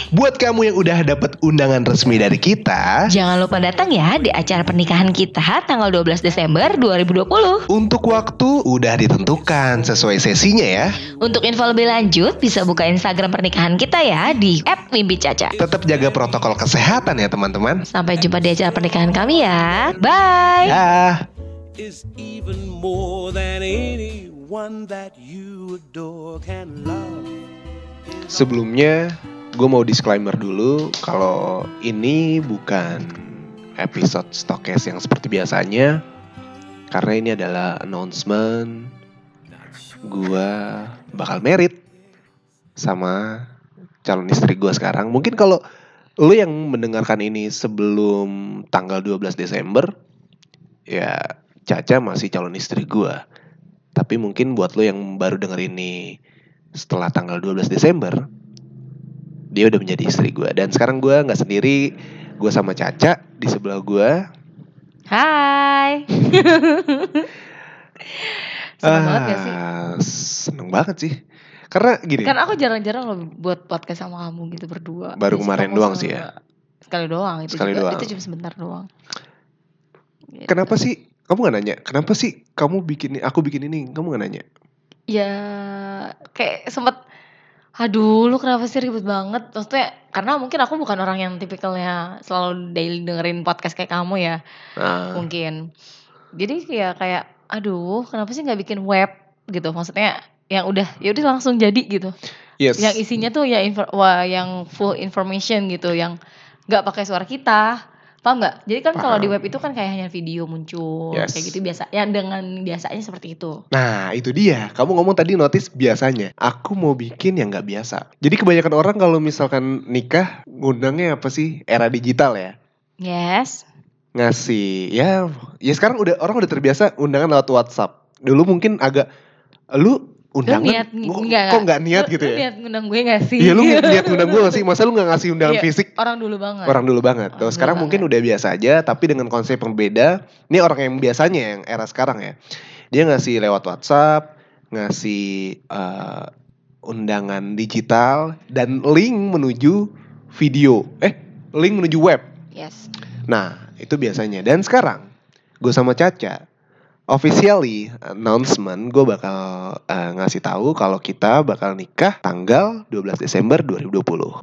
Buat kamu yang udah dapat undangan resmi dari kita, jangan lupa datang ya di acara pernikahan kita tanggal 12 Desember 2020. Untuk waktu udah ditentukan sesuai sesinya ya. Untuk info lebih lanjut bisa buka Instagram pernikahan kita ya di @wimbicaca. Tetap jaga protokol kesehatan ya teman-teman. Sampai jumpa di acara pernikahan kami ya. Bye. Dah. Is even more than anyone that you adore can love. Sebelumnya gue mau disclaimer dulu kalau ini bukan episode Stokes yang seperti biasanya, karena ini adalah announcement gue bakal married sama calon istri gue sekarang. Mungkin kalau lu yang mendengarkan ini sebelum tanggal 12 Desember, ya Caca masih calon istri gue. Tapi mungkin buat lo yang baru denger ini setelah tanggal 12 Desember, dia udah menjadi istri gue. Dan sekarang gue gak sendiri, gue sama Caca. Di sebelah gue Hai. Seneng banget gak sih? Seneng banget sih. Karena gini, Kan aku jarang-jarang loh buat podcast sama kamu gitu berdua. Baru Jadi kemarin kamu doang selalu- sih ya? Sekali doang itu Sekali juga. doang. Itu cuma sebentar doang. Gitu. kenapa sih kamu gak nanya? Kenapa sih kamu bikin, aku bikin ini? Kamu gak nanya? Ya kayak sempet, aduh lu kenapa sih ribet banget. Maksudnya karena mungkin aku bukan orang yang tipikalnya selalu daily dengerin podcast kayak kamu ya. Nah, Mungkin. Jadi kayak aduh kenapa sih gak bikin web gitu. Maksudnya yang udah ya udah langsung jadi gitu. yes. Yang isinya tuh ya yang full information gitu, yang nggak pakai suara kita, paham nggak? Jadi kan kalau di Paham. web itu kan kayak hanya video muncul, Yes. kayak gitu biasa. Ya dengan biasanya seperti itu. Nah itu dia, kamu ngomong tadi notice biasanya. Aku mau bikin yang gak biasa. Jadi kebanyakan orang kalau misalkan nikah, ngundangnya apa sih? Era digital ya. Yes. Ngasih, ya sekarang orang udah terbiasa undangan lewat WhatsApp. Dulu mungkin agak, lu undangan, kok gak niat gitu Lu ya? niat ngundang gue gak sih? Iya lu niat undang gue gak sih? Masa lu gak ngasih undangan Iya, fisik? Orang dulu banget. Orang dulu banget. Tuh, Orang sekarang dulu mungkin udah biasa aja, tapi dengan konsep yang berbeda. Ini orang yang biasanya, yang era sekarang ya. Dia ngasih lewat WhatsApp, ngasih undangan digital, dan link menuju video. Link menuju web. Yes. Nah, itu biasanya. Dan sekarang, gue sama Caca, officially announcement, gue bakal ngasih tahu kalau kita bakal nikah tanggal 12 Desember 2020.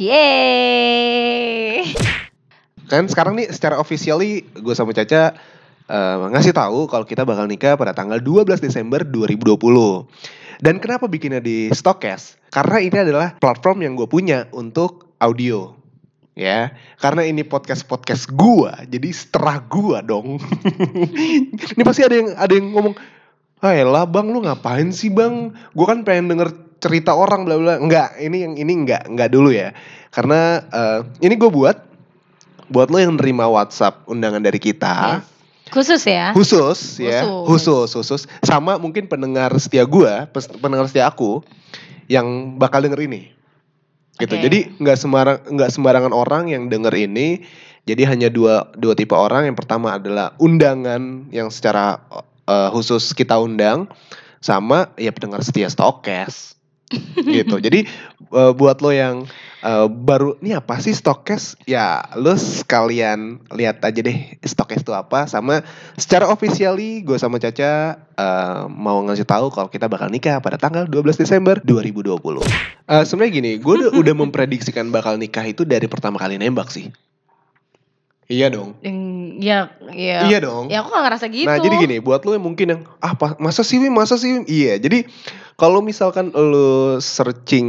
Yeay. Kan sekarang nih secara officially gue sama Caca ngasih tahu kalau kita bakal nikah pada tanggal 12 Desember 2020. Dan kenapa bikinnya di Stokes? Karena ini adalah platform yang gue punya untuk audio. Ya, karena ini podcast gue, jadi seterah gue dong. Ini pasti ada yang ngomong, lah bang, lu ngapain sih bang? Gue kan pengen denger cerita orang bla bla. Enggak, ini enggak dulu ya. Karena ini gue buat lo yang nerima WhatsApp undangan dari kita. Yes. Khusus ya. Khusus. Sama mungkin pendengar setia gue, pendengar setia aku yang bakal denger ini. Gitu. Okay. Jadi nggak sembarangan orang yang denger ini. Jadi hanya dua tipe orang. Yang pertama adalah undangan yang secara khusus kita undang, sama ya pendengar setia Stokes. Gitu. Jadi buat lo yang baru, nih apa sih Stokes? Ya lo sekalian lihat aja deh Stokes itu apa. Sama secara officially gue sama Caca mau ngasih tahu kalau kita bakal nikah pada tanggal 12 Desember 2020. Sebenarnya gini, gue udah memprediksikan bakal nikah itu dari pertama kali nembak sih. Iya dong. Iya dong. Ya aku gak ngerasa gitu. Nah jadi gini, buat lo yang mungkin yang masa sih Wim? Iya, jadi kalau misalkan lo searching,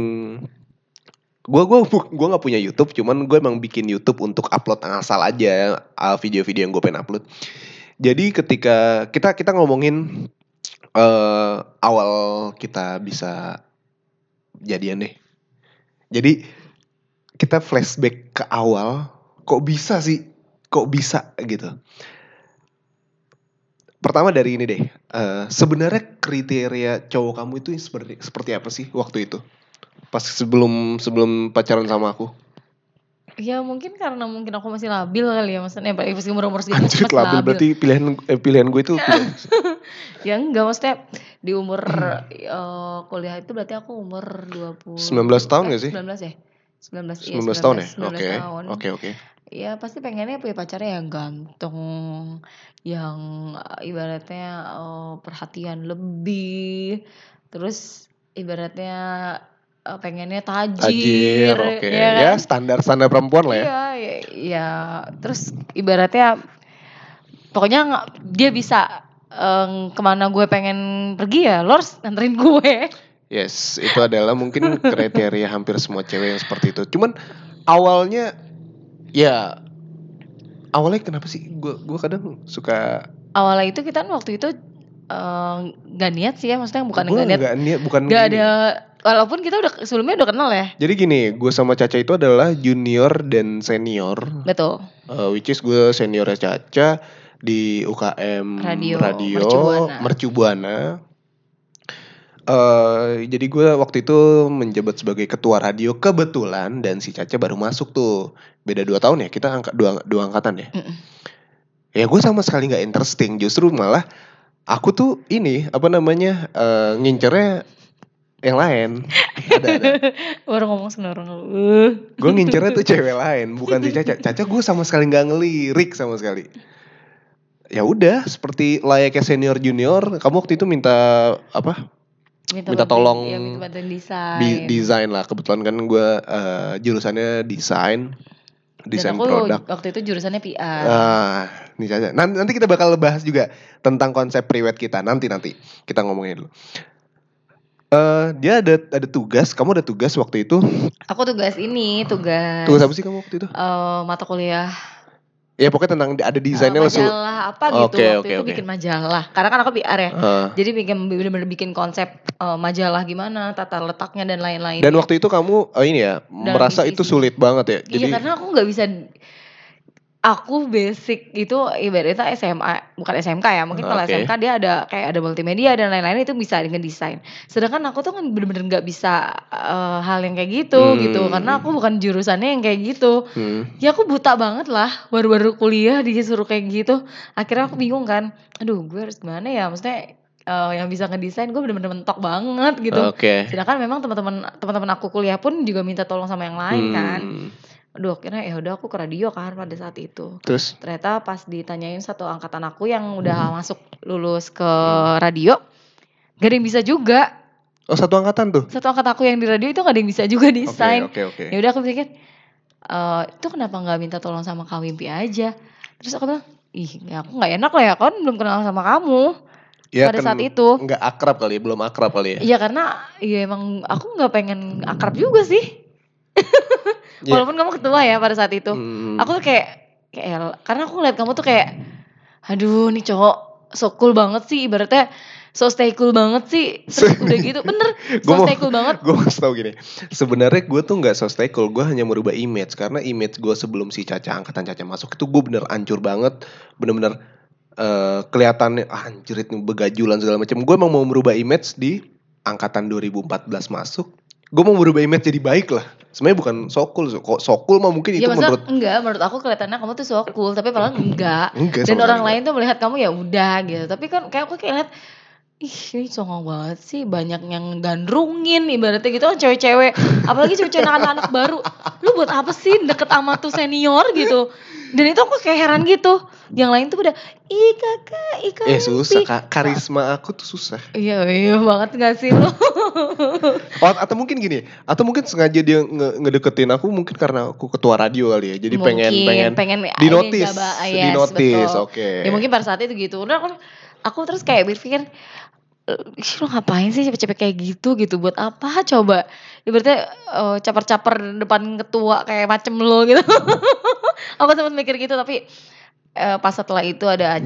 gue nggak punya YouTube, cuman gue emang bikin YouTube untuk upload asal aja video-video yang gue pengen upload. Jadi ketika kita ngomongin awal kita bisa jadian deh. Jadi kita flashback ke awal, kok bisa sih? Kok bisa gitu? Pertama dari ini deh, sebenarnya kriteria cowok kamu itu seperti apa sih waktu itu? Pas sebelum pacaran sama aku? Ya mungkin karena aku masih labil kali ya, maksudnya pas umur segitu Anjir, masih labil berarti pilihan gue itu Ya enggak, maksudnya di umur kuliah itu berarti aku umur 20 19 tahun gak sih? 19 ya? 19, 19 tahun ya? 19 Oke. tahun. Oke. Ya pasti pengennya punya pacarnya yang ganteng, yang ibaratnya perhatian lebih, terus ibaratnya pengennya tajir, Tajir, oke. ya Ya kan? standar perempuan lah ya. Iya, ya terus ibaratnya pokoknya dia bisa kemana gue pengen pergi ya, lo harus nganterin gue. Yes, itu adalah mungkin kriteria hampir semua cewek yang seperti itu. Cuman awalnya kenapa sih? Gue kadang suka. Awalnya itu kita waktu itu nggak niat sih ya, maksudnya bukan Gue nggak niat, bukan nggak gini. ada. Walaupun kita sebelumnya udah kenal ya. Jadi gini, gue sama Caca itu adalah junior dan senior. Betul. Which is gue seniornya Caca di UKM Radio Mercu Buana. Jadi gue waktu itu menjabat sebagai ketua radio kebetulan, dan si Caca baru masuk tuh. Beda 2 tahun ya, kita dua angkatan ya. Ya gue sama sekali gak interesting, justru malah aku tuh ngincernya yang lain. Ada. Baru ngomong sebenarnya. Gue ngincernya tuh cewek lain, bukan si Caca. Caca gue sama sekali gak ngelirik sama sekali. Ya udah, seperti layaknya senior junior, kamu waktu itu minta apa? Minta tolong ya, minta bantuin desain. Desain lah, kebetulan kan gue jurusannya desain dan aku produk. Waktu itu jurusannya PR. Nih Caca. Nanti kita bakal bahas juga tentang konsep priwet kita. Nanti kita ngomongin dulu. Dia ada tugas. Kamu ada tugas waktu itu? Aku tugas apa sih kamu waktu itu? Mata kuliah. Ya pokoknya tentang ada desainnya majalah apa gitu. Waktu itu bikin majalah. Karena kan aku PR ya. Jadi bener-bener bikin konsep majalah gimana, tata letaknya dan lain-lain. Dan waktu itu kamu merasa itu sulit banget ya? Iya, karena aku gak bisa. Aku basic itu ibaratnya SMA, bukan SMK ya. Mungkin kalau SMK dia ada multimedia dan lain-lain, itu bisa ngedesain. Sedangkan aku tuh kan bener-bener gak bisa hal yang kayak gitu gitu. Karena aku bukan jurusannya yang kayak gitu. Ya aku buta banget lah, baru-baru kuliah disuruh kayak gitu. Akhirnya aku bingung kan, aduh gue harus gimana ya. Maksudnya yang bisa ngedesain gue bener-bener mentok banget gitu. Sedangkan memang teman-teman aku kuliah pun juga minta tolong sama yang lain kan. Aduh, akhirnya ya udah aku ke radio kan pada saat itu. Terus ternyata pas ditanyain satu angkatan aku yang udah masuk lulus ke radio, gak ada yang bisa juga. Oh, satu angkatan tuh? Satu angkatan aku yang di radio itu gak ada yang bisa juga desain. Okay. Ya udah aku pikir itu kenapa gak minta tolong sama Kak Wimpi aja. Terus aku bilang, aku gak enak lah ya, kan belum kenal sama kamu. Ya, pada saat itu nggak akrab kali ya, belum akrab kali ya. Iya, karena emang aku nggak pengen akrab juga sih. Walaupun kamu ketua ya pada saat itu. Aku tuh kayak karena aku ngeliat kamu tuh kayak, aduh nih cowok so cool banget sih, ibaratnya so stay cool banget sih. Terus udah gitu, bener stay cool banget. Gue mau tau gini, sebenarnya gue tuh gak so stay cool, gue hanya merubah image. Karena image gue sebelum si angkatan Caca masuk itu gue bener hancur banget. Bener-bener kelihatannya anjir itu begajulan segala macam. Gue emang mau merubah image di angkatan 2014 masuk. Gue mau merubah image jadi baik lah. Sebenarnya bukan so cool. So cool mah mungkin ya, itu menurut aku kelihatannya kamu tuh so cool, tapi padahal enggak. Dan orang lain tuh melihat kamu ya udah gitu. Tapi kan kayak aku lihat, ini songong banget sih, banyak yang gandrungin ibaratnya gitu kan cewek-cewek. Apalagi cewek-cewek anak-anak baru. Lu buat apa sih deket sama tuh senior gitu. Dan itu aku kayak heran gitu. Yang lain tuh udah kakak susah Kak, karisma aku tuh susah. Iya banget gak sih lo? Atau mungkin gini, atau mungkin sengaja dia ngedeketin aku mungkin karena aku ketua radio kali ya. Jadi pengen di notice. Oke. Ya mungkin pada saat itu gitu. Udah aku terus kayak berpikir, lo ngapain sih cepet-cepet kayak gitu buat apa coba? Ibaratnya caper-caper depan ketua kayak macem lo gitu. Aku sempat mikir gitu, tapi pas setelah itu ada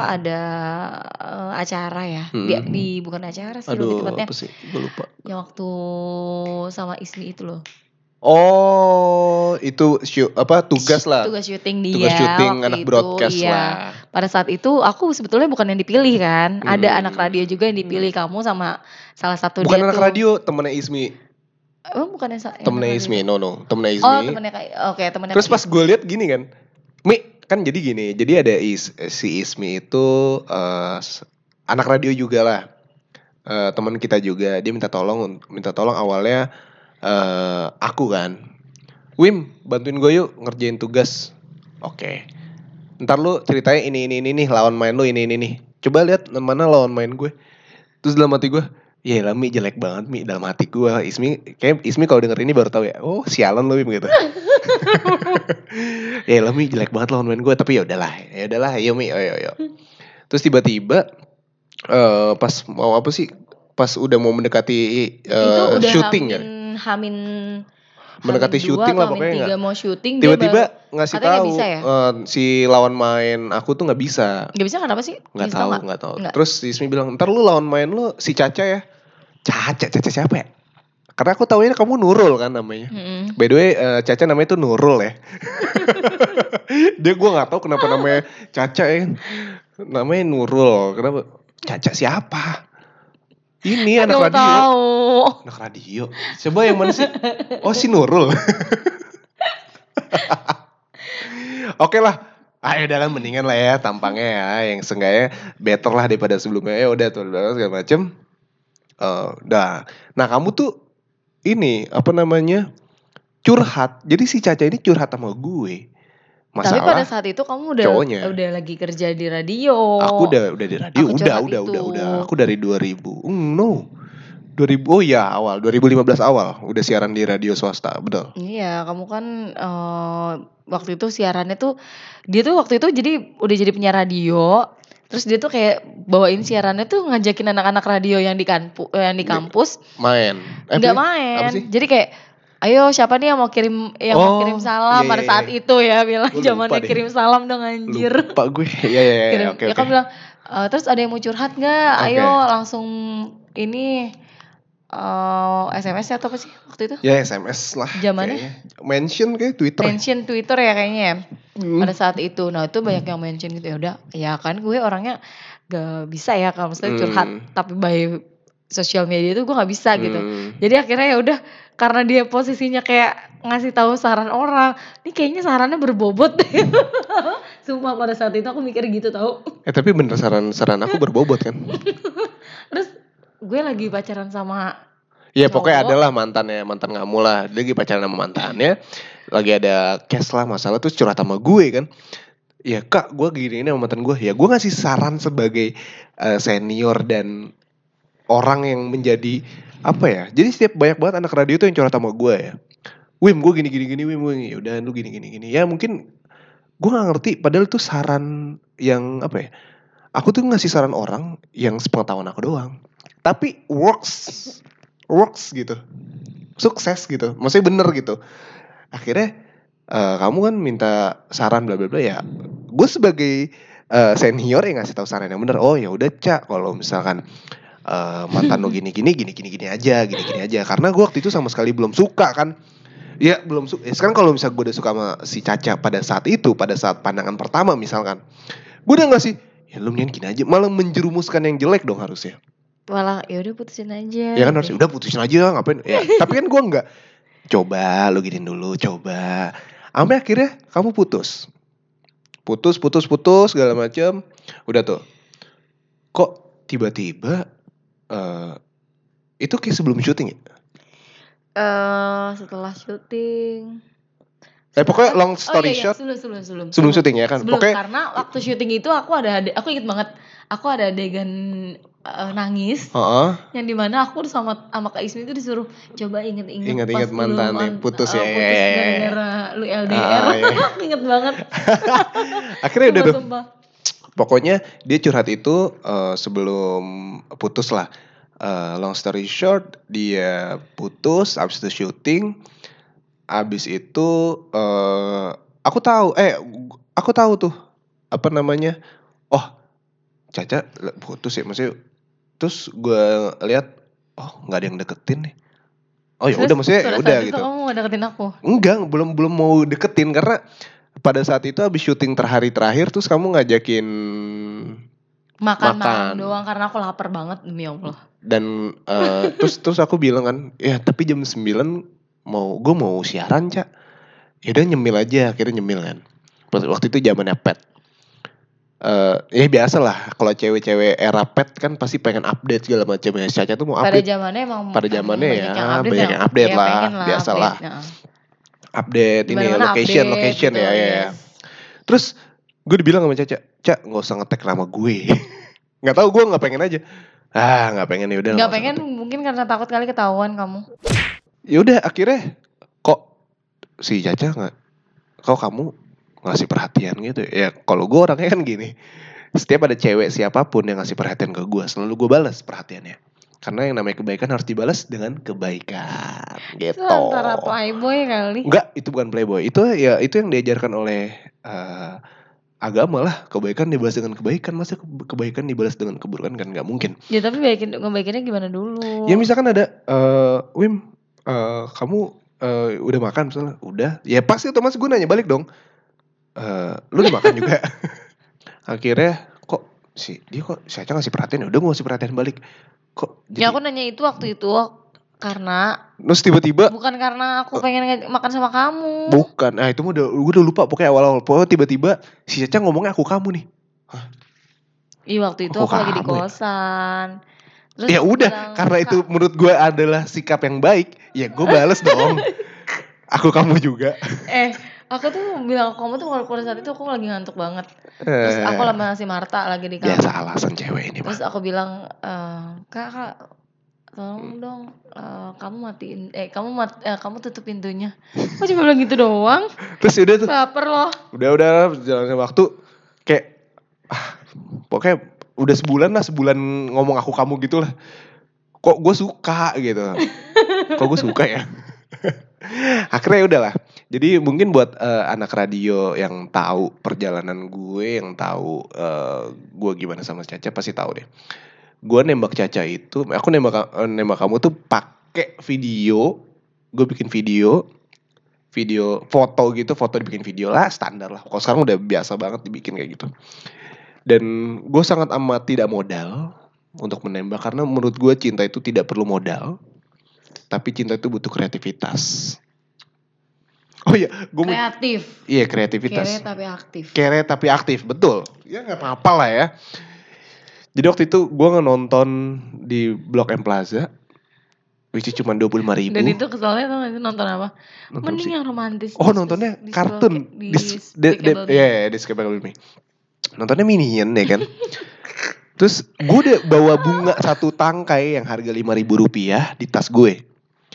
acara ya. Di bukan acara sih, lebih tepatnya. Apa sih? Gue lupa. Yang waktu sama Ismi itu loh. Oh, itu tugas lah. Tugas syuting dia. Tugas syuting anak broadcast lah. Pada saat itu aku sebetulnya bukan yang dipilih kan. Ada anak radio juga yang dipilih, kamu sama salah satu bukan dia anak tuh. radio, temennya Ismi. Bukan temennya Ismi, temennya Ismi. Oh, temennya temennya. Terus pas gue lihat gini kan, kan jadi gini. Jadi ada si Ismi itu anak radio juga lah. Teman kita juga, dia minta tolong awalnya aku kan. Wim, bantuin gue yuk ngerjain tugas. Oke. Ntar lu ceritanya ini nih, lawan main lu ini nih. Coba lihat mana lawan main gue. Terus dalam hati gue, ya lah Mi jelek banget Mi dalam hati gue. Ismi kalau denger ini baru tahu ya. Oh sialan lu Wim gitu. Ya lah Mi jelek banget lawan main gue. Tapi ya udahlah, ayo Mi, ayo. Terus tiba-tiba pas mau apa sih? Pas udah mau mendekati syuting ya. Mendekati syuting lah pokoknya nggak mau syuting tiba-tiba ngasih tahu ya? Si lawan main aku tuh nggak bisa kenapa sih? Nggak tahu. Terus si Ismi bilang ntar lu lawan main lu si Caca ya. Caca siapa ya? Karena aku taunya kamu Nurul kan namanya. By the way Caca namanya tuh Nurul ya. Dia gue nggak tahu kenapa namanya Caca ya. Namanya Nurul. Kenapa? Caca siapa? Ini anak radio. Tahu. Anak radio. Coba yang mana sih? Oh si Nurul. Oke lah. Ayo dalam mendingan lah ya tampangnya ya. Yang seenggaknya better lah daripada sebelumnya. Ya udah tuh segala macem. Nah kamu tuh ini apa namanya curhat. Jadi si Caca ini curhat sama gue. Masalah, tapi pada saat itu kamu udah lagi kerja di radio. Aku udah di radio. Udah. Aku dari 2000. No. 2000 awal 2015 awal udah siaran di radio swasta, betul. Iya, kamu kan waktu itu siarannya tuh dia tuh waktu itu udah jadi penyiar radio. Terus dia tuh kayak bawain siarannya tuh ngajakin anak-anak radio yang di kampus main. Enggak main. Jadi kayak ayo siapa nih yang mau kirim salam pada saat itu ya bilang zamannya kirim salam dong anjir. Lupa gue. Iya. Oke. Kan bilang terus ada yang mau curhat enggak? Ayo langsung ini SMS atau apa sih waktu itu? Ya SMS lah. Zamannya mention kayak Twitter. Mention Twitter ya kayaknya ya. Pada saat itu. Nah, itu banyak yang mention gitu ya udah. Ya kan gue orangnya gak bisa ya kalau misalnya curhat tapi by sosial media itu gue gak bisa gitu. Jadi akhirnya ya udah karena dia posisinya kayak ngasih tahu saran orang, ini kayaknya sarannya berbobot deh. Sumpah pada saat itu aku mikir gitu tau. Tapi bener saran aku berbobot kan. Terus gue lagi pacaran sama ya pokoknya adalah mantan kamu lah. Dia lagi pacaran sama mantannya, lagi ada case lah masalah tuh curhat sama gue kan. Ya kak gue gini sama mantan gue. Ya gue ngasih saran sebagai senior dan orang yang menjadi apa ya. Jadi setiap banyak banget anak radio tuh yang curhat sama gue ya. Wim gue gini Wim gue udah lu gini. Ya mungkin gue gak ngerti padahal tuh saran yang apa ya. Aku tuh ngasih saran orang yang sepengetahuan aku doang. Tapi works gitu. Sukses gitu. Maksudnya bener gitu. Akhirnya kamu kan minta saran bla bla bla ya. Gue sebagai senior yang ngasih tahu saran yang bener. Oh ya udah Cak, kalau misalkan mantan lo gini aja. Karena gue waktu itu sama sekali belum suka kan. Ya belum suka. Sekarang kalau misalnya gue udah suka sama si Caca pada saat pandangan pertama misalkan, gue udah ngasih ya lu mendingan gini aja, malah menjerumuskan yang jelek dong harusnya. Malah ya udah putusin aja. Ya kan harusnya udah putusin aja ngapain? Ya, tapi kan gue enggak. Coba lu giniin dulu, coba. Sampai akhirnya kamu putus segala macam. Udah tuh. Kok tiba-tiba itu kayak sebelum syuting ya? Setelah syuting. Pokoknya long story short. Sebelum syuting ya kan? Pokoknya karena waktu syuting itu aku inget banget. Aku ada adegan nangis. Yang dimana aku sama Kak Ismi itu disuruh coba inget mantan putus ya. Gara-gara lu LDR. Aku inget banget. Akhirnya udah tuh. Pokoknya dia curhat itu sebelum putus lah. Long story short, dia putus abis itu syuting. Abis itu aku tahu tuh apa namanya. Oh, Caca putus ya, maksudnya. Terus gue lihat, oh nggak ada yang deketin nih. Oh ya udah, maksudnya udah gitu. Kamu mau deketin aku? Enggak, belum mau deketin karena pada saat itu abis syuting terakhir terus kamu ngajakin makan doang karena aku lapar banget demi Allah. Dan terus aku bilang kan, ya tapi jam 9 gue mau siaran Cak. Ya udah nyemil aja, akhirnya nyemil kan. Waktu itu zamannya pet. Ya biasa lah kalau cewek-cewek era pet kan pasti pengen update segala macam ya. Caca tuh mau update. Pada zamannya ya banyak yang update lah, biasa lah. update ini ya, location gitu, ya. yes. Terus gue dibilang sama Caca, Cak nggak usah nge-tag nama gue. Nggak tahu, gue nggak pengen aja. Nggak pengen, ya udah. Nggak pengen mungkin karena takut kali ketahuan kamu. Ya udah akhirnya kok si Caca nggak, kok kamu ngasih perhatian gitu ya. Kalau gue orangnya kan gini, setiap ada cewek siapapun yang ngasih perhatian ke gue, selalu gue balas perhatiannya. Karena yang namanya kebaikan harus dibalas dengan kebaikan gitu. Itu antara playboy kali. Enggak, itu bukan playboy. Itu ya itu yang diajarkan oleh agama lah. Kebaikan dibalas dengan kebaikan. Masa kebaikan dibalas dengan keburukan, kan nggak mungkin. Ya tapi ngebaikinnya gimana dulu? Ya misalkan ada Wim, kamu udah makan misalnya. Udah. Ya pasti otomatis gue nanya balik dong. Lu udah makan juga? Akhirnya kok dia kok saya ngasih perhatian. Udah gue ngasih perhatian balik. Kok jadi... Ya aku nanya itu waktu itu karena terus tiba-tiba bukan karena aku pengen makan sama kamu. Bukan. Itu gue udah lupa pokoknya awal-awal. Pokoknya tiba-tiba si Caca ngomongnya aku kamu nih. Hah? Iya waktu itu aku lagi di kosan. Terus ya udah, karena itu menurut gue adalah sikap yang baik, ya gue bales dong. Aku kamu juga. Aku tuh bilang kamu tuh kalau pada saat itu aku lagi ngantuk banget. Terus aku lama si Marta lagi di kamar. Biasa alasan cewek ini. Terus aku bilang, kak tolong dong, kamu matiin, kamu tutup pintunya. Kok cuma bilang gitu doang? Terus udah tuh. Baper loh. Udah jalannya waktu kayak pokoknya udah sebulan ngomong aku kamu gitu lah. Kok gue suka gitu. Kok gue suka ya. Akhirnya udahlah. Jadi mungkin buat anak radio yang tahu perjalanan gue, yang tahu gue gimana sama Caca pasti tahu deh. Gue nembak Caca itu, aku nembak kamu tuh pakai video. Gue bikin video foto gitu, foto dibikin video lah, standar lah. Kalau sekarang udah biasa banget dibikin kayak gitu. Dan gue sangat amat tidak modal untuk menembak, karena menurut gue cinta itu tidak perlu modal, tapi cinta itu butuh kreativitas. Oh iya, kreatif. Iya, kreativitas. Kere tapi aktif, betul. Ya nggak apa-apa lah ya. Jadi waktu itu gue nonton di Blok M Plaza, which cuma 25.000. Dan itu kesalnya tuh nonton apa? Mending yang romantis. Oh nontonnya kartun di Despicable Me. Nontonnya Minion ya kan. Terus gue udah bawa bunga satu tangkai yang harga Rp5.000 di tas gue.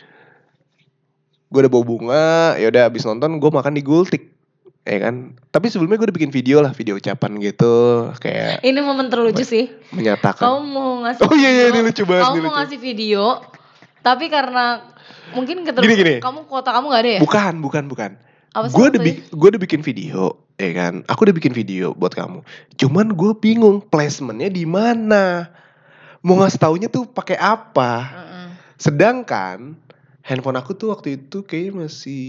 Gue udah bawa bunga, ya udah abis nonton gue makan di Gultik, ya kan. Tapi sebelumnya gue udah bikin video ucapan gitu, kayak. Ini momen terlucu sih. Menyatakan. Kamu mau ngasih. Oh iya ini lucu banget. Kamu mau ngasih video, tapi karena mungkin gini. Kamu kuota kamu nggak ada ya? Bukan. Gue udah bikin video, ya kan. Aku udah bikin video buat kamu. Cuman gue bingung placementnya di mana. Mau ngasih taunya tuh pakai apa? Sedangkan handphone aku tuh waktu itu kayaknya masih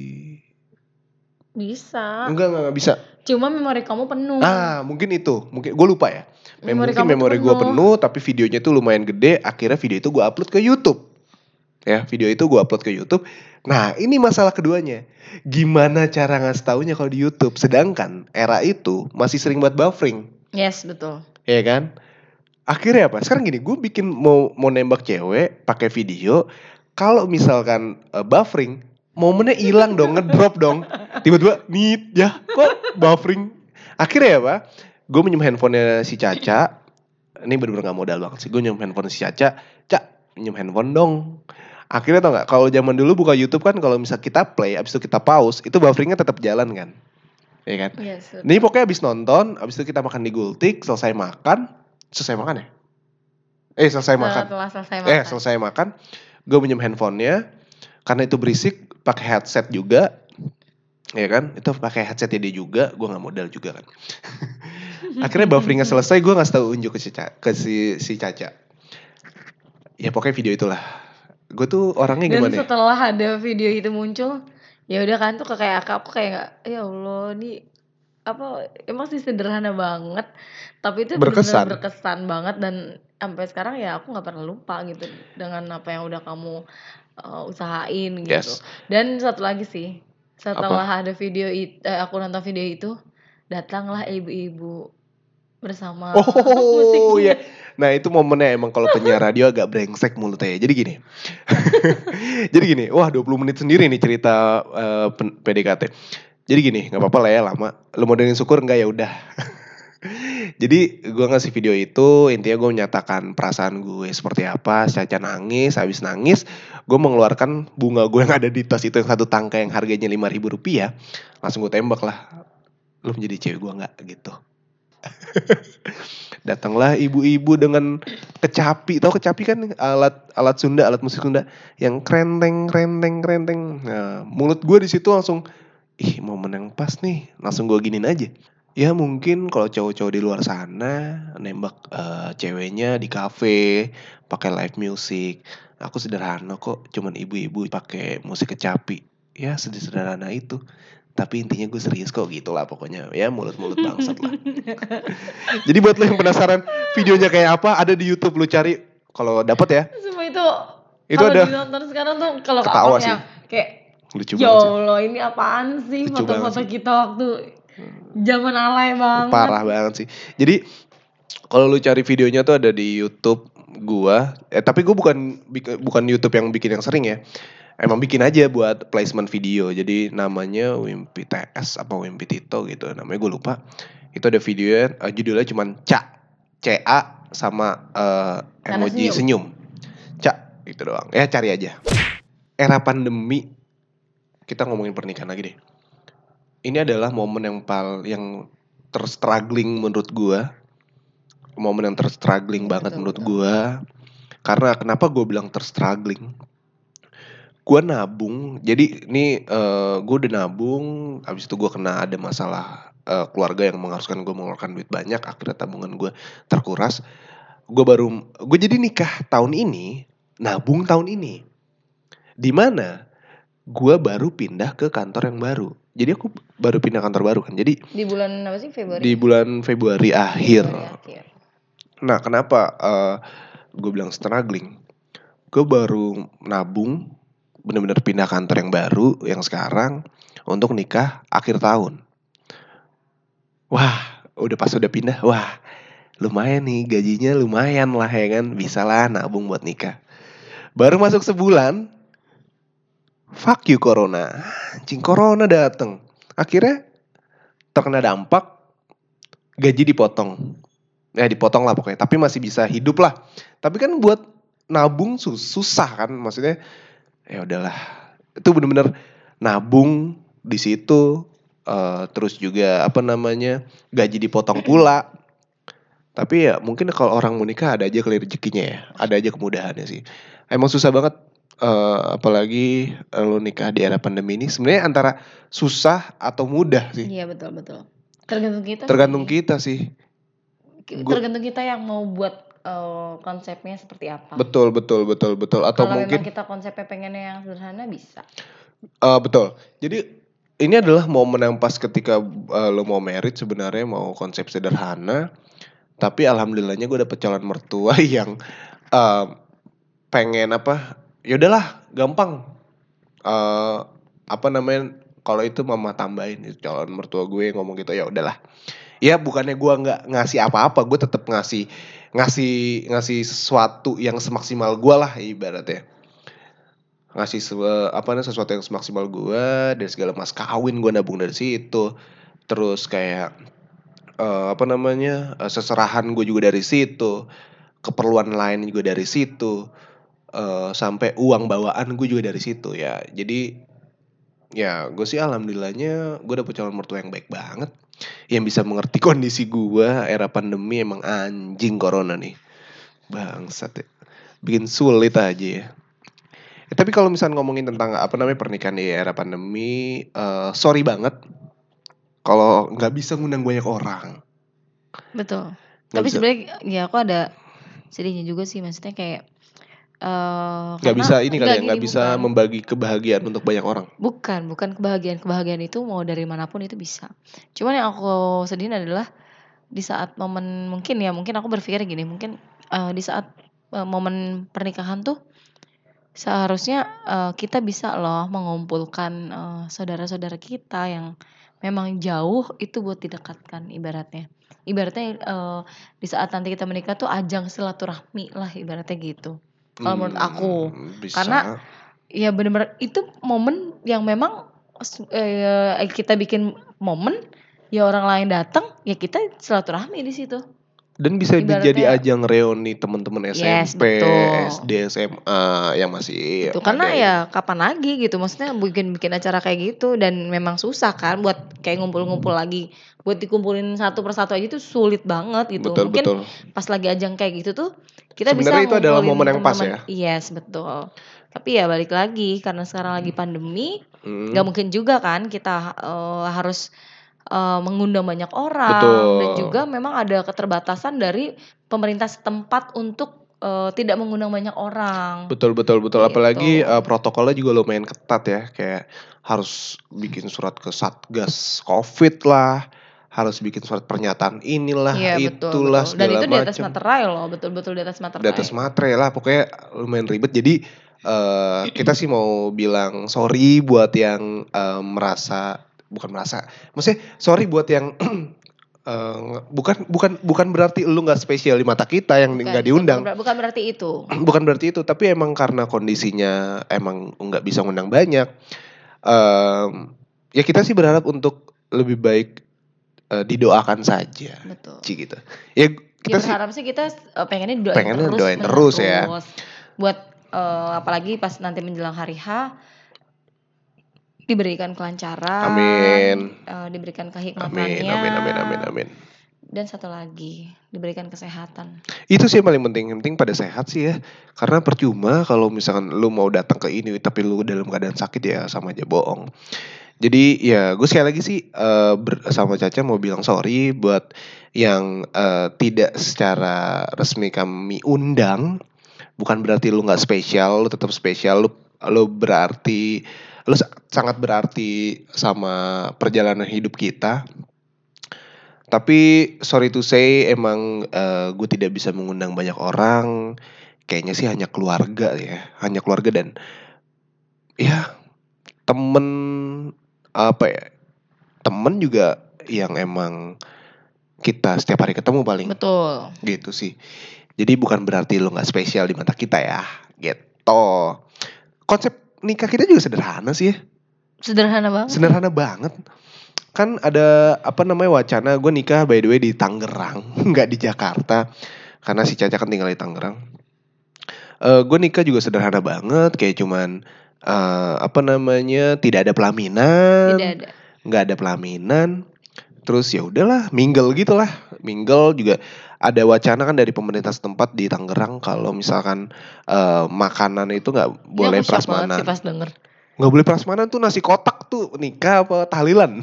bisa. Enggak bisa. Cuma memori kamu penuh. Mungkin gue lupa ya. Memori gue penuh, tapi videonya tuh lumayan gede. Akhirnya video itu gue upload ke YouTube. Ya, video itu gue upload ke YouTube. Nah, ini masalah keduanya. Gimana cara ngasih taunya kalau di YouTube? Sedangkan era itu masih sering buat buffering. Yes, betul. Iya kan? Akhirnya apa? Sekarang gini, gue bikin mau nembak cewek pakai video. Kalau misalkan buffering, momennya hilang dong, ngedrop dong. Tiba-tiba ya kok buffering. Akhirnya apa? Gue minjem handphonenya si Caca. Ini bener-bener gak modal banget sih. Gue minjem handphone si Caca. Cak, minjem handphone dong. Akhirnya tau gak? Kalau zaman dulu buka YouTube kan, kalau misal kita play, abis itu kita pause, itu bufferingnya tetap jalan kan? Iya kan? Yes, ini pokoknya abis nonton, abis itu kita makan di Gultik, selesai makan ya? Selesai makan. Gue minjem handphonenya, karena itu berisik, pakai headset juga, ya kan? Itu pakai headsetnya dia juga, gue nggak modal juga kan. Akhirnya bufferingnya selesai, gue ngasih tahu unjuk ke si Caca. Ya pokoknya video itulah. Gue tuh orangnya gimana? Dan setelah ada video itu muncul, ya udah kan tuh kayak aku kayak nggak, ya Allah ini apa? Emang sih sederhana banget, tapi itu benar-benar berkesan banget dan sampai sekarang ya aku nggak pernah lupa gitu dengan apa yang udah kamu usahain gitu. Yes. Dan satu lagi sih, setelah ada video itu, aku nonton video itu, datanglah ibu-ibu bersama musiknya. Iya. Nah itu momennya emang kalau penyiar radio agak brengsek mulutnya. Jadi gini. Jadi gini, wah 20 menit sendiri nih cerita PDKT. Jadi gini, gak apa-apa lah ya lama. Lu mau dengerin syukur enggak ya udah. Jadi gue ngasih video itu, intinya gue menyatakan perasaan gue seperti apa. Caca nangis, habis nangis gue mengeluarkan bunga gue yang ada di tas itu, yang satu tangkai yang harganya 5.000 rupiah. Langsung gue tembak lah, lu menjadi cewek gue gak gitu. Datanglah ibu-ibu dengan kecapi. Tahu kecapi kan alat Sunda, alat musik Sunda yang krenteng. Nah, mulut gue di situ langsung momen yang pas nih. Langsung gue giniin aja. Ya mungkin kalau cowok-cowok di luar sana nembak ceweknya di kafe pakai live music. Aku sederhana kok, cuman ibu-ibu pakai musik kecapi. Ya sederhana itu. Tapi intinya gue serius kok gitu lah pokoknya. Ya mulut-mulut bangsat lah. Jadi buat lo yang penasaran videonya kayak apa, ada di YouTube, lu cari kalau dapet ya. Semua itu kalau ada dinonton sekarang tuh kalau ketawa sih. Kayak lucu ya banget Allah ini apaan sih lucu foto-foto kita waktu zaman alay banget. Parah banget sih. Jadi kalau lu cari videonya tuh ada di YouTube gua. Tapi gua bukan YouTube yang bikin yang sering ya. Emang bikin aja buat placement video. Jadi namanya Wimpi TS apa Wimpi Tito gitu. Namanya gue lupa. Itu ada videonya judulnya cuman CA sama emoji senyum. Cak gitu doang. Ya cari aja. Era pandemi. Kita ngomongin pernikahan lagi deh. Ini adalah momen yang terstruggling menurut gue. Momen yang terstruggling banget menurut gue. Karena kenapa gue bilang terstruggling? Gue nabung, jadi ini gue udah nabung, habis itu gue kena ada masalah keluarga yang mengharuskan gue mengeluarkan duit banyak, akhirnya tabungan gue terkuras. Gue jadi nikah tahun ini, nabung tahun ini, dimana gue baru pindah ke kantor yang baru. Jadi aku baru pindah kantor baru kan, jadi di bulan apa sih Februari? Di bulan Februari akhir. Nah kenapa gue bilang struggling? Gue baru nabung. Bener-bener pindah kantor yang baru, yang sekarang, untuk nikah akhir tahun. Wah, pas udah pindah, wah lumayan nih, gajinya lumayan lah ya kan, bisa lah nabung buat nikah. Baru masuk sebulan, fuck you corona, anjing corona dateng. Akhirnya terkena dampak, gaji dipotong. Ya dipotong lah pokoknya, tapi masih bisa hidup lah. Tapi kan buat nabung susah kan, maksudnya ya udahlah, itu benar-benar nabung di situ, terus juga gaji dipotong pula. Tapi ya mungkin kalau orang mau nikah ada aja kali rezekinya ya, ada aja kemudahannya sih. Emang susah banget, apalagi lo nikah di era pandemi ini. Sebenarnya antara susah atau mudah sih. Iya betul. Tergantung kita sih. Tergantung kita yang mau buat konsepnya seperti apa. Betul. Atau kalau mungkin memang kita konsepnya pengennya yang sederhana bisa. Betul. Jadi ini adalah momen yang pas ketika lo mau married, sebenarnya mau konsep sederhana. Tapi alhamdulillahnya gue dapet calon mertua yang pengen ya udahlah gampang. Kalau itu mama tambahin, calon mertua gue ngomong gitu, ya udahlah. Ya bukannya gue nggak ngasih apa-apa, gue tetap ngasih sesuatu yang semaksimal gue lah ibaratnya. Ngasih sesuatu yang semaksimal gue, dari segala mas kawin gue nabung dari situ. Terus kayak seserahan gue juga dari situ, keperluan lain juga dari situ, sampai uang bawaan gue juga dari situ ya. Jadi ya gue sih alhamdulillahnya gue dapet calon mertua yang baik banget, yang bisa mengerti kondisi gue era pandemi. Emang anjing corona nih, bangsat ya, bikin sulit aja ya. Tapi kalau misalnya ngomongin tentang pernikahan di era pandemi, sorry banget kalau nggak bisa ngundang banyak orang. Betul. Tapi sebenarnya ya aku ada sedihnya juga sih, maksudnya kayak nggak bisa membagi kebahagiaan untuk banyak orang. Bukan kebahagiaan itu mau dari manapun itu bisa. Cuman yang aku sedihin adalah di saat momen mungkin aku berpikir gini, mungkin di saat momen pernikahan tuh seharusnya kita bisa loh mengumpulkan saudara-saudara kita yang memang jauh itu buat didekatkan ibaratnya. Ibaratnya di saat nanti kita menikah tuh ajang silaturahmi lah ibaratnya gitu. Kalau menurut aku. Karena Bisa. ya benar-benar itu momen yang memang kita bikin momen ya orang lain datang ya kita silaturahmi di situ. Dan bisa menjadi Ibaratnya ajang reuni teman-teman yes, SMP, betul. SD, SMA yang masih Itu karena ada ya kapan lagi gitu, maksudnya bikin acara kayak gitu dan memang susah kan buat kayak ngumpul-ngumpul lagi, buat dikumpulin satu persatu aja tuh sulit banget gitu. Betul, Mungkin betul. pas lagi ajang kayak gitu tuh kita bisa Sebenarnya itu adalah ngumpulin momen yang pas teman-teman. ya. Yes, betul. Tapi ya balik lagi karena sekarang lagi pandemi, nggak Hmm, mungkin juga kan kita harus mengundang banyak orang dan betul. juga memang ada keterbatasan dari pemerintah setempat untuk tidak mengundang banyak orang Betul, betul, betul. Apalagi gitu. protokolnya juga lumayan ketat ya. Kayak harus bikin surat ke Satgas Covid lah, harus bikin surat pernyataan inilah, Iya betul itulah betul. Dan segala itu di atas macam. materai loh, betul-betul di atas Di atas materai. materai lah, pokoknya lumayan ribet. Jadi kita sih mau bilang sorry buat yang maksudnya sorry buat yang bukan berarti lu nggak spesial di mata kita yang nggak diundang. Bukan berarti itu. Bukan berarti itu, tapi emang karena kondisinya emang nggak bisa ngundang banyak. Ya kita sih berharap untuk lebih baik didoakan saja. Betul. Gitu. Ya kita sih berharap sih kita pengennya doain terus ya. Buat apalagi pas nanti menjelang hari H diberikan kelancaran. Amin. Diberikan Amin, kehikmatannya. amin. Dan satu lagi, diberikan kesehatan. Itu sih yang paling penting. Yang penting pada sehat sih ya. Karena percuma kalau misalkan lu mau datang ke ini tapi lu dalam keadaan sakit ya sama aja bohong. Jadi ya gue sekali lagi sih sama Caca mau bilang sorry buat yang tidak secara resmi kami undang. Bukan berarti lu gak spesial, lu tetap spesial. Lu berarti, lu sangat berarti sama perjalanan hidup kita. Tapi sorry to say emang gue tidak bisa mengundang banyak orang. Kayaknya sih hanya keluarga ya. Hanya keluarga dan ya temen temen juga yang emang kita setiap hari ketemu paling. Betul. Gitu sih. Jadi bukan berarti lo gak spesial di mata kita ya. Gitu. Konsep nikah kita juga sederhana sih ya. Sederhana banget. Kan ada wacana gue nikah by the way di Tangerang, nggak di Jakarta, karena si Caca kan tinggal di Tangerang. Gue nikah juga sederhana banget, kayak cuman tidak ada pelaminan, nggak ada pelaminan, terus ya udahlah mingle gitulah, mingle juga ada wacana kan dari pemerintah setempat di Tangerang kalau misalkan makanan itu nggak boleh prasmanan. Pas denger. Nggak boleh prasmanan tuh nasi kotak tuh nikah apa tahlilan.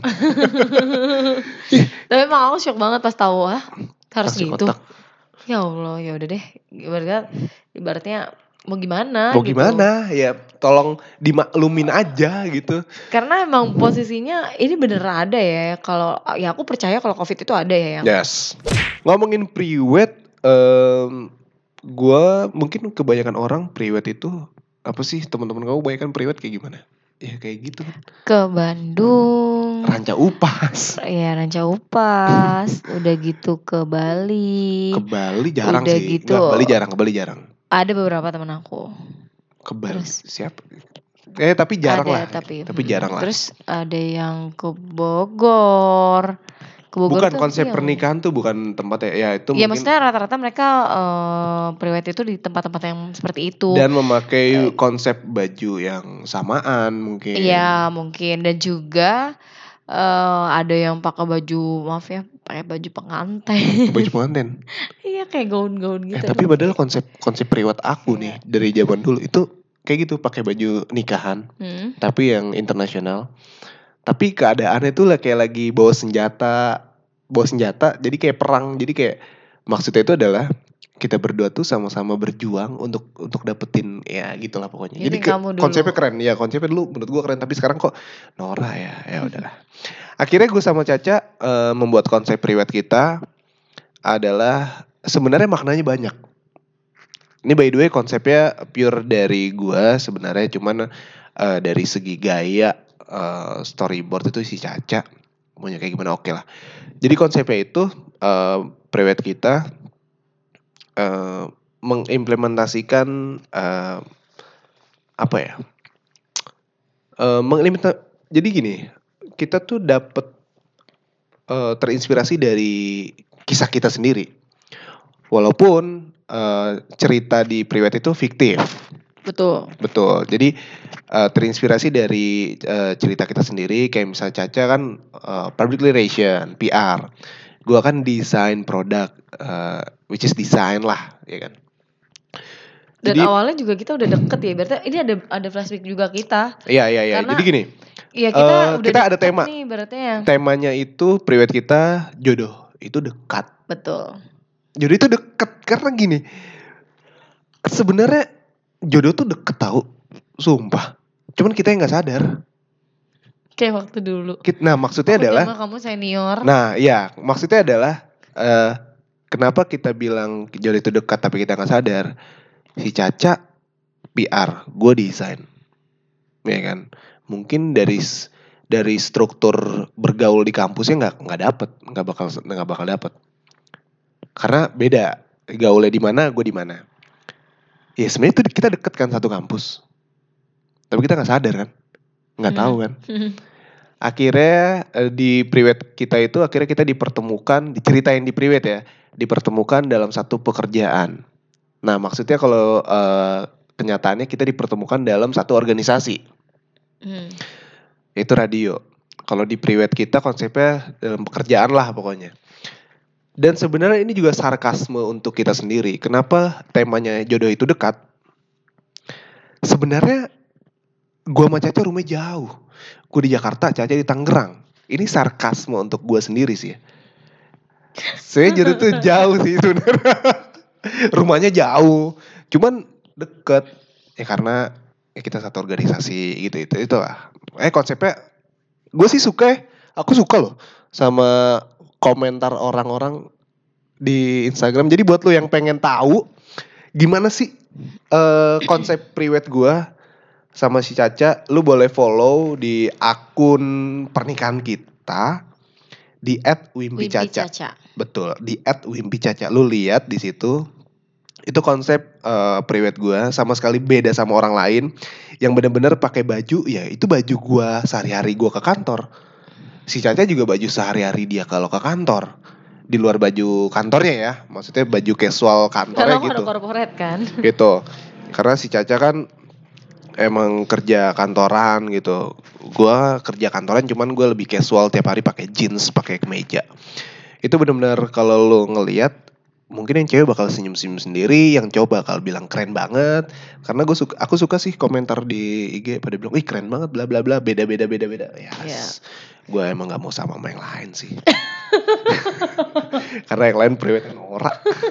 Tapi emang aku shock banget pas tahu harus nasi gitu. Kotak. Ya Allah, ya udah deh. Ibaratnya mau gimana? Mau gimana? Ya tolong dimaklumin aja gitu. Karena emang posisinya ini bener ada ya. Kalau ya aku percaya kalau COVID itu ada ya. Yes. Ngomongin pre-wed, gue mungkin kebanyakan orang pre-wed itu apa sih, teman-teman kamu kebanyakan pre-wed kayak gimana? Ya kayak gitu kan. Ke Bandung. Ranca Upas. Iya, Ranca Upas. Udah gitu ke Bali. Ke Bali jarang udah sih. Gitu, ke Bali jarang. Ada beberapa teman aku. Ke Bali siapa? Tapi jarang lah. Tapi jarang lah. Terus ada yang ke Bogor. Bukan konsep pernikahan tuh bukan tempatnya ya itu ya, mungkin. Maksudnya rata-rata mereka pre-wed itu di tempat-tempat yang seperti itu. Dan memakai konsep baju yang samaan mungkin. Iya mungkin, dan juga ada yang pakai baju, maaf ya, pakai baju pengantin. Baju pengantin. Iya kayak gaun-gaun gitu. Tapi padahal konsep pre-wed aku nih dari zaman dulu itu kayak gitu, pakai baju nikahan. Tapi yang internasional. Tapi keadaannya tuh kayak lagi bawa senjata, jadi kayak perang. Jadi kayak maksudnya itu adalah kita berdua tuh sama-sama berjuang untuk dapetin ya gitulah pokoknya. Jadi konsepnya keren ya, konsepnya dulu menurut gue keren, tapi sekarang kok norak ya udahlah. Akhirnya gue sama Caca membuat konsep pre-wed kita adalah sebenarnya maknanya banyak. Ini by the way konsepnya pure dari gua sebenarnya, cuman dari segi gaya storyboard itu si Caca maunya kayak gimana oke lah. Jadi konsepnya itu prewed kita mengimplementasikan apa ya? Jadi gini, kita tuh dapet terinspirasi dari kisah kita sendiri. Walaupun cerita di prewed itu fiktif. Betul. Jadi terinspirasi dari cerita kita sendiri. Kayak misalnya Caca kan public relation, PR. Gua kan desain produk, which is design lah, ya kan. Dan awalnya juga kita udah deket ya. Berarti ini ada flashback juga kita. Iya. Jadi gini. Iya kita ada tema. Nih, berarti temanya itu prewed kita jodoh itu dekat. Betul. Jodoh itu dekat karena gini. Sebenarnya jodoh tuh deket tahu, sumpah. Cuman kita yang nggak sadar. Kayak waktu dulu. Nah maksudnya adalah. Kamu senior. Nah iya maksudnya adalah kenapa kita bilang jodoh itu dekat tapi kita nggak sadar. Si Caca PR, gue desain, ya kan. Mungkin dari struktur bergaul di kampusnya nggak bakal dapet karena beda gaulnya di mana, gue di mana. Ya sebenarnya itu kita deket kan satu kampus, tapi kita nggak sadar kan, nggak tahu kan. Akhirnya di prewed kita itu akhirnya kita dipertemukan, diceritain di prewed ya, dipertemukan dalam satu pekerjaan. Nah maksudnya kalau kenyataannya kita dipertemukan dalam satu organisasi. Itu radio. Kalau di prewed kita konsepnya dalam pekerjaan lah pokoknya. Dan sebenarnya ini juga sarkasme untuk kita sendiri. Kenapa temanya jodoh itu dekat? Sebenarnya gua sama Caca rumahnya jauh. Gua di Jakarta, Caca di Tangerang. Ini sarkasme untuk gua sendiri sih. Saya jodoh itu jauh sih sebenarnya. Rumahnya jauh, cuman deket. Ya karena kita satu organisasi gitu lah. Konsepnya gue sih aku suka loh sama komentar orang-orang di Instagram. Jadi buat lo yang pengen tahu gimana sih konsep prewed gue sama si Caca, lu boleh follow di akun pernikahan kita di @wimpicaca. Betul, di @wimpicaca. Lu lihat di situ. Itu konsep prewed gue sama sekali beda sama orang lain yang benar-benar pakai baju ya itu baju gue sehari-hari gue ke kantor. Si Caca juga baju sehari-hari dia kalau ke kantor. Di luar baju kantornya ya, maksudnya baju casual kantornya gitu. Karena corporate kan. Gitu. Karena si Caca kan emang kerja kantoran gitu. Gue kerja kantoran cuman gue lebih casual tiap hari pakai jeans, pakai kemeja. Itu benar-benar kalau lo ngelihat mungkin yang cewek bakal senyum-senyum sendiri, yang cowok bakal bilang keren banget. Karena aku suka sih komentar di IG pada bilang, "Ih keren banget bla bla bla, beda." Yes. Gue emang gak mau sama yang lain sih. Karena yang lain prewed norak.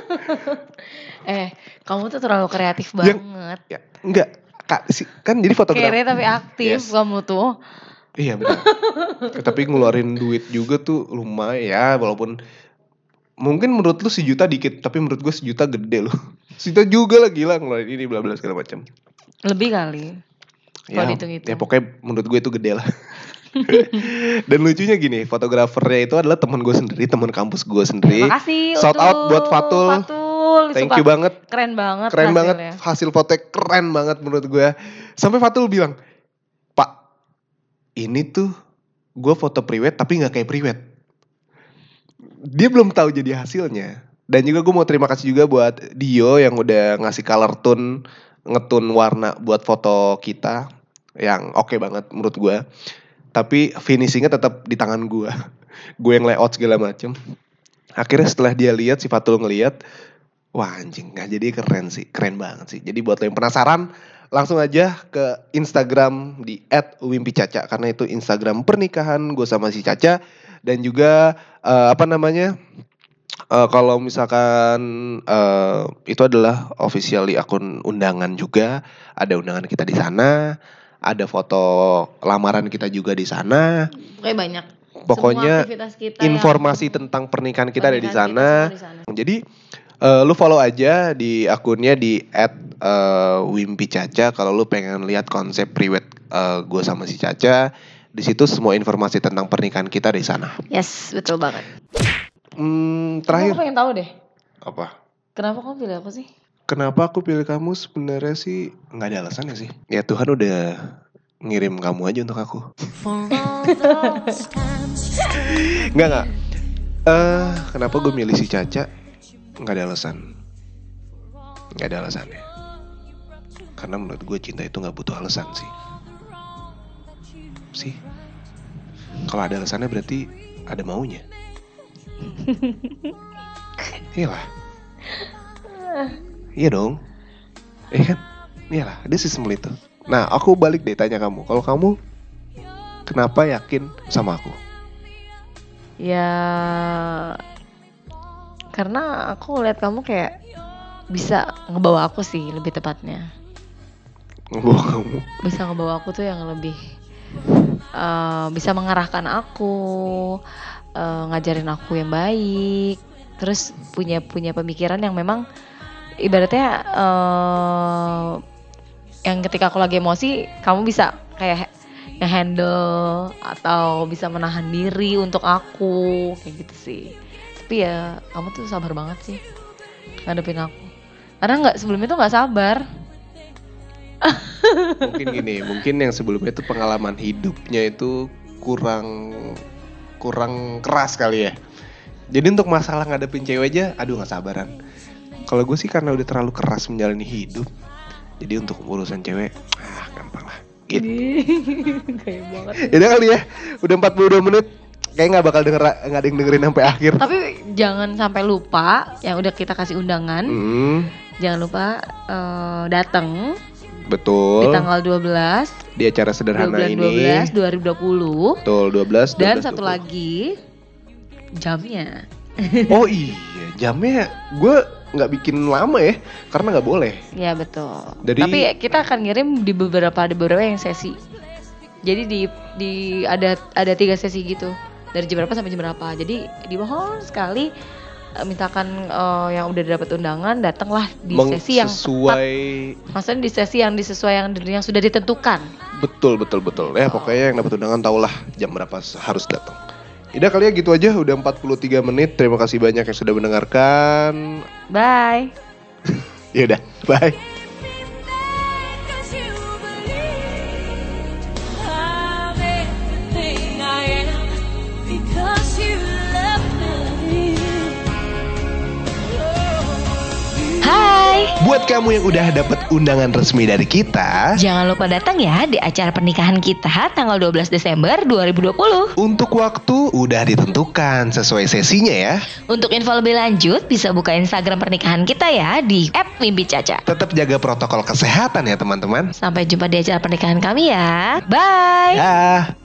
Kamu tuh terlalu kreatif banget. Ya, enggak, Kak, kan jadi fotografer. Kere tapi aktif kamu tuh. Iya benar. Tapi ngeluarin duit juga tuh lumayan ya, walaupun mungkin menurut lu 1 juta dikit, tapi menurut gue 1 juta gede loh. 1 juta juga lah gila ngeluarin ini bla bla segala macam. Lebih kali. Kalau dihitung-hitung. Ya pokoknya menurut gue itu gede lah. Dan lucunya gini, fotografernya itu adalah teman gue sendiri, teman kampus gue sendiri. Terima kasih. Shout out buat Fatul. Thank you banget. Keren banget. Hasil fotonya keren banget menurut gue. Sampai Fatul bilang, "Pak, ini tuh gue foto prewed tapi nggak kayak prewed." Dia belum tahu jadi hasilnya. Dan juga gue mau terima kasih juga buat Dio yang udah ngasih color tone, ngetune warna buat foto kita yang oke banget menurut gue. Tapi finishingnya tetap di tangan gue. Gue yang layout segala macem. Akhirnya setelah dia lihat, si Fatul ngelihat, wah anjing, nggak jadi keren banget sih. Jadi buat lo yang penasaran, langsung aja ke Instagram di @wimpicaca karena itu Instagram pernikahan gue sama si Caca. Dan juga kalau misalkan itu adalah officially akun undangan juga, ada undangan kita di sana, ada foto lamaran kita juga di sana. Banyak. Pokoknya informasi tentang pernikahan kita ada di sana. Jadi Lu follow aja di akunnya di @wimpicaca kalau lu pengen lihat konsep private gue sama si Caca. Di situ semua informasi tentang pernikahan kita di sana. Yes, betul banget. Terakhir. Aku pengen tahu deh. Apa? Kenapa kamu pilih aku sih? Kenapa aku pilih kamu sebenarnya sih nggak ada alasannya sih. Ya Tuhan udah ngirim kamu aja untuk aku. Enggak. Kenapa gue milih si Caca? Nggak ada alasan. Nggak ada alasannya. Karena menurut gue cinta itu nggak butuh alasan sih. Kalau ada alasannya berarti ada maunya. Iyalah. Iya dong. Kan? Iyalah, dia sesimpel itu. Nah, aku balik deh tanya kamu. Kalau kamu kenapa yakin sama aku? Ya karena aku lihat kamu kayak bisa ngebawa aku sih, lebih tepatnya. Ngebawa kamu? Bisa ngebawa aku tuh yang lebih bisa mengarahkan aku, ngajarin aku yang baik, terus punya pemikiran yang memang ibaratnya yang ketika aku lagi emosi kamu bisa kayak nge-handle atau bisa menahan diri untuk aku kayak gitu sih. Tapi ya kamu tuh sabar banget sih ngadepin aku, karena sebelumnya tuh nggak sabar. Mungkin gini, mungkin yang sebelumnya itu pengalaman hidupnya itu kurang keras kali ya. Jadi untuk masalah ngadepin cewek aja, aduh nggak sabaran. Kalau gue sih karena udah terlalu keras menjalani hidup, jadi untuk urusan cewek, gampang lah. Gitu. Kayak banget. Udah kali ya, udah 42 menit. Kayak nggak bakal nggak ada yang dengerin sampai akhir. Tapi jangan sampai lupa yang udah kita kasih undangan. Jangan lupa datang. Betul. Di tanggal 12 di acara sederhana bulan ini 12 2020. Betul, 12 Dan 12, satu 20. lagi jamnya. Oh iya, jamnya gue nggak bikin lama ya, karena nggak boleh. Ya betul. Tapi kita akan ngirim di beberapa yang sesi. Jadi ada 3 sesi gitu. Dari jam berapa sampai jam berapa. Jadi dimohon sekali mintakan yang udah dapat undangan datanglah di sesi yang sesuai. Maksudnya di sesi yang sesuai yang sudah ditentukan. Betul. Ya pokoknya yang dapat undangan tahulah jam berapa harus datang. Udah kali ya gitu aja, udah 43 menit. Terima kasih banyak yang sudah mendengarkan. Bye. Ya udah, bye. Buat kamu yang udah dapat undangan resmi dari kita, jangan lupa datang ya di acara pernikahan kita tanggal 12 Desember 2020. Untuk waktu udah ditentukan sesuai sesinya ya. Untuk info lebih lanjut bisa buka Instagram pernikahan kita ya di @wimpicaca. Tetap jaga protokol kesehatan ya teman-teman. Sampai jumpa di acara pernikahan kami ya. Bye. Dah.